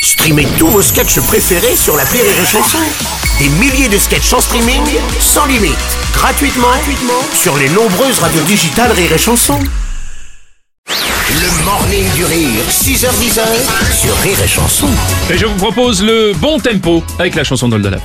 Streamez tous vos sketchs préférés sur l'appli Rire et Chanson. Des milliers de sketchs en streaming, sans limite, gratuitement sur les nombreuses radios digitales Rire et Chanson. Le morning du rire, 6h10 sur Rire et Chanson. Et je vous propose le bon tempo avec la chanson d'Oldalaf.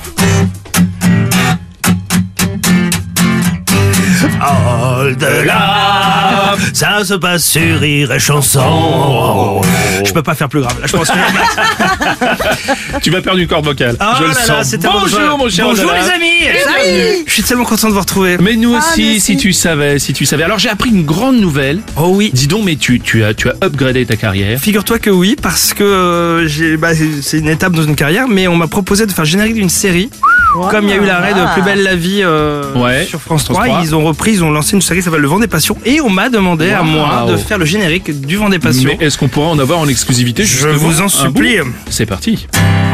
Oldalaf, ça se passe sur Rire et Chanson. Je peux pas faire plus grave. Là, je pense que Tu vas perdre une corde vocale. Oh je le là là, sens. c'était Bonjour mon cher Bonjour Oldalaf. les amis. Bienvenue. Je suis tellement content de vous retrouver. Mais nous aussi, si tu savais. Alors j'ai appris une grande nouvelle. Oh oui. Dis donc, mais tu as upgradé ta carrière. Figure-toi que oui, parce que c'est une étape dans une carrière, mais on m'a proposé de faire le générique d'une série. Comme il y a eu l'arrêt de Plus belle la vie sur France 3, ils ont lancé une série qui s'appelle Le Vent des Passions, et on m'a demandé à moi de faire le générique du Vent des Passions. Mais est-ce qu'on pourra en avoir en exclusivité Je justement vous en supplie. C'est parti.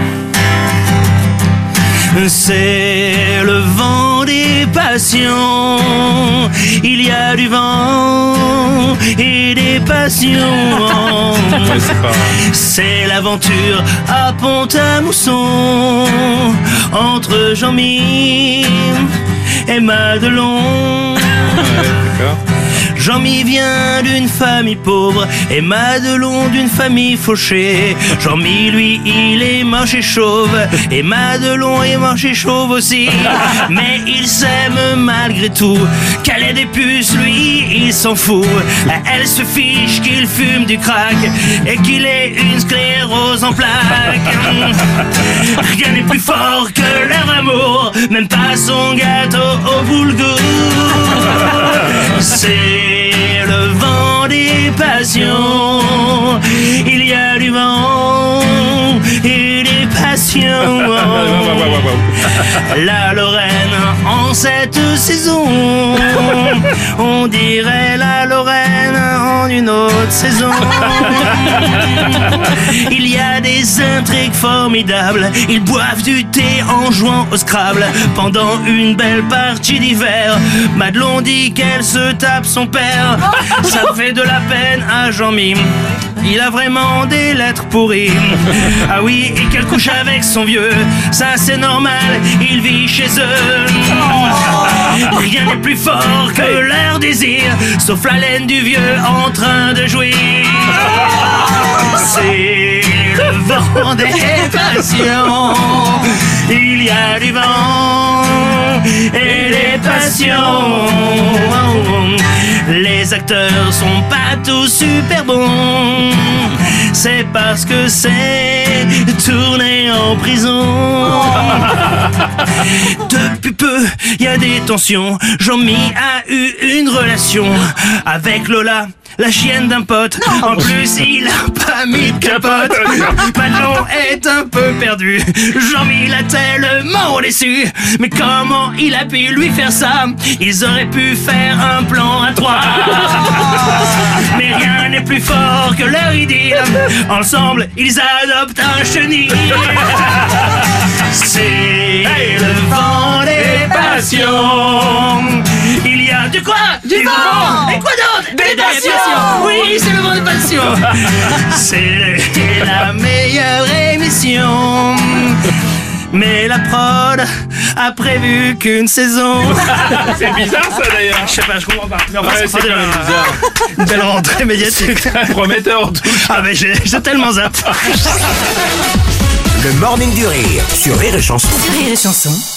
C'est le vent des passions, il y a du vent et des passions. C'est l'aventure à Pont-à-Mousson, entre Jean-Mi et Madelon. D'accord. Jean-Mi vient d'une famille pauvre et Madelon d'une famille fauchée. Jean-Mi, lui, il est moche et chauve, et Madelon est moche et chauve aussi. Mais il s'aime malgré tout. Qu'elle ait des puces, lui, il s'en fout. Elle se fiche qu'il fume du crack et qu'il ait une sclérose en plaques. Rien n'est plus fort que leur amour, même pas son gâteau au boulgour. C'est le vent des passions, il y a du vent et des passions. La Lorraine en cette saison, on dirait la Lorraine en une autre saison. Il y a des intrigues formidables, ils boivent du thé en jouant au Scrabble. Pendant une belle partie d'hiver, Madelon dit qu'elle se tape son père. Ça fait de la peine à Jean-Mi, il a vraiment des lettres pourries. Ah oui, et qu'elle couche avec son vieux, ça c'est normal, il vit chez eux. Rien n'est plus fort que leur désir, sauf la laine du vieux en train de jouir. C'est le vent des passions, il y a du vent et des passions. Les acteurs sont pas tous super bons, c'est parce que c'est tourné en prison. Depuis peu, il y a des tensions. Jean-Mi a eu une relation avec Lola, la chienne d'un pote. En plus, il a pas mis de capote. Madelon est un peu perdu. Jean-Mi l'a tellement déçu. Mais comment il a pu lui faire ça? Ils auraient pu faire un plan à trois. Mais rien n'est plus fort que leur idylle. Ensemble, ils adoptent un chenil. C'est le vent des passions. Il y a du quoi? Du vent. Et quoi d'autre? Des passions. Oui, c'est le vent des passions. C'est la meilleure émission. Mais la prod a prévu qu'une saison. C'est bizarre ça d'ailleurs. Je sais pas, je comprends pas. Mais enfin, Ouais, c'est quand même bizarre. une belle rentrée médiatique. C'est très prometteur en tout cas. Ah mais j'ai tellement zappé. Le morning du rire sur Rire et Chanson. Rire et Chanson.